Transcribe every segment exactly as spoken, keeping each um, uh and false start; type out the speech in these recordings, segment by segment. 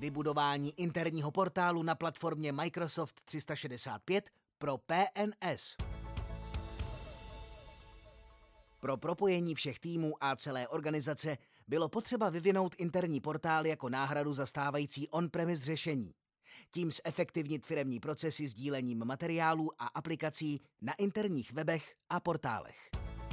Vybudování interního portálu na platformě Microsoft tři sta šedesát pět pro P N S. Pro propojení všech týmů a celé organizace bylo potřeba vyvinout interní portál jako náhradu za stávající on-premise řešení. Tím zefektivnit firemní procesy sdílením materiálů a aplikací na interních webech a portálech.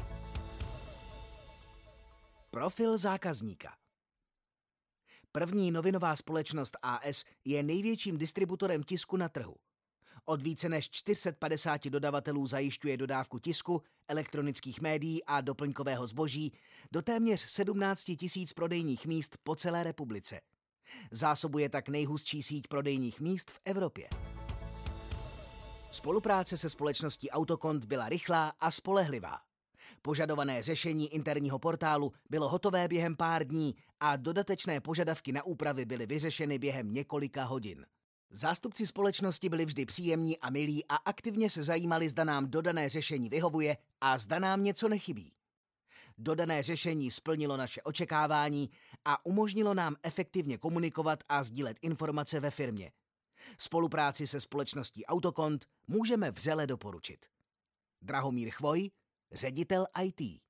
Profil zákazníka. První novinová společnost A S je největším distributorem tisku na trhu. Od více než čtyři sta padesát dodavatelů zajišťuje dodávku tisku, elektronických médií a doplňkového zboží do téměř sedmnáct tisíc prodejních míst po celé republice. Zásobuje tak nejhustší síť prodejních míst v Evropě. Spolupráce se společností Autokont byla rychlá a spolehlivá. Požadované řešení interního portálu bylo hotové během pár dní a dodatečné požadavky na úpravy byly vyřešeny během několika hodin. Zástupci společnosti byli vždy příjemní a milí a aktivně se zajímali, zda nám dodané řešení vyhovuje a zda nám něco nechybí. Dodané řešení splnilo naše očekávání a umožnilo nám efektivně komunikovat a sdílet informace ve firmě. Spolupráci se společností Autokont můžeme vřele doporučit. Drahomír Chvoj, ředitel I T.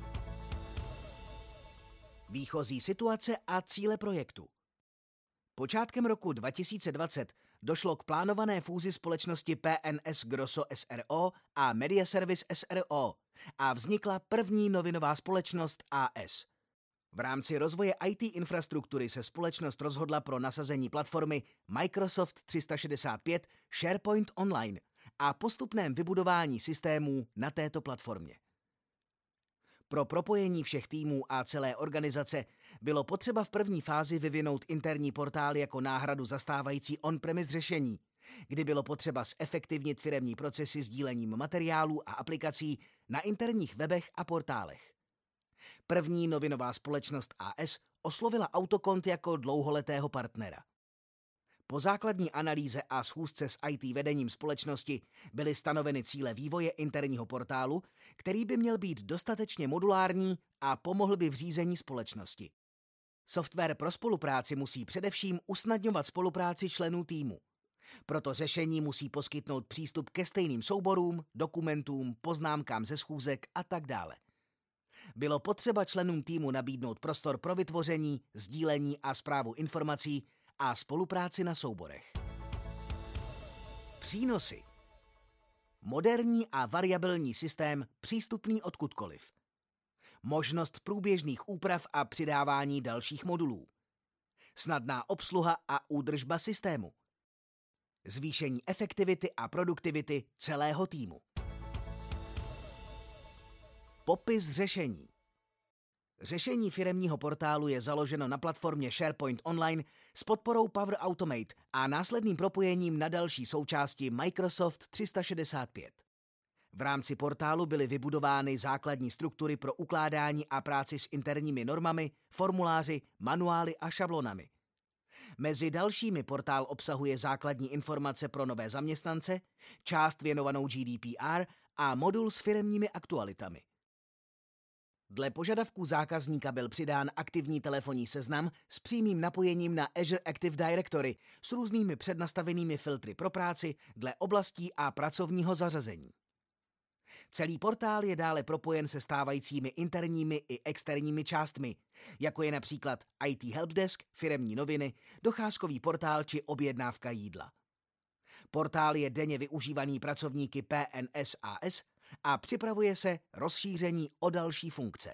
Výchozí situace a cíle projektu. Počátkem roku dva tisíce dvacet došlo k plánované fúzi společnosti P N S Grosso S R O a Media Service S R O a vznikla první novinová společnost A S. V rámci rozvoje I T infrastruktury se společnost rozhodla pro nasazení platformy Microsoft tři sta šedesát pět SharePoint Online a postupném vybudování systémů na této platformě. Pro propojení všech týmů a celé organizace bylo potřeba v první fázi vyvinout interní portál jako náhradu za stávající on-premise řešení, kdy bylo potřeba zefektivnit firemní procesy sdílením materiálů a aplikací na interních webech a portálech. První novinová společnost A S oslovila Autokont jako dlouholetého partnera. Po základní analýze a schůzce s I T vedením společnosti byly stanoveny cíle vývoje interního portálu, který by měl být dostatečně modulární a pomohl by v řízení společnosti. Software pro spolupráci musí především usnadňovat spolupráci členů týmu. Proto řešení musí poskytnout přístup ke stejným souborům, dokumentům, poznámkám ze schůzek a tak dále. Bylo potřeba členům týmu nabídnout prostor pro vytvoření, sdílení a správu informací a spolupráci na souborech. Přínosy. Moderní a variabilní systém přístupný odkudkoliv. Možnost průběžných úprav a přidávání dalších modulů. Snadná obsluha a údržba systému. Zvýšení efektivity a produktivity celého týmu. Popis řešení. Řešení firemního portálu je založeno na platformě SharePoint Online s podporou Power Automate a následným propojením na další součásti Microsoft tři sta šedesát pět. V rámci portálu byly vybudovány základní struktury pro ukládání a práci s interními normami, formuláři, manuály a šablonami. Mezi dalšími portál obsahuje základní informace pro nové zaměstnance, část věnovanou G D P R a modul s firemními aktualitami. Dle požadavků zákazníka byl přidán aktivní telefonní seznam s přímým napojením na Azure Active Directory s různými přednastavenými filtry pro práci dle oblastí a pracovního zařazení. Celý portál je dále propojen se stávajícími interními i externími částmi, jako je například I T Helpdesk, firemní noviny, docházkový portál či objednávka jídla. Portál je denně využívaný pracovníky P N S A S a připravuje se rozšíření o další funkce.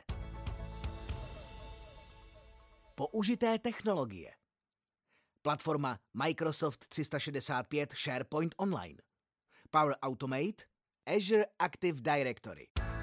Použité technologie. Platforma Microsoft tři sta šedesát pět SharePoint Online. Power Automate, Azure Active Directory.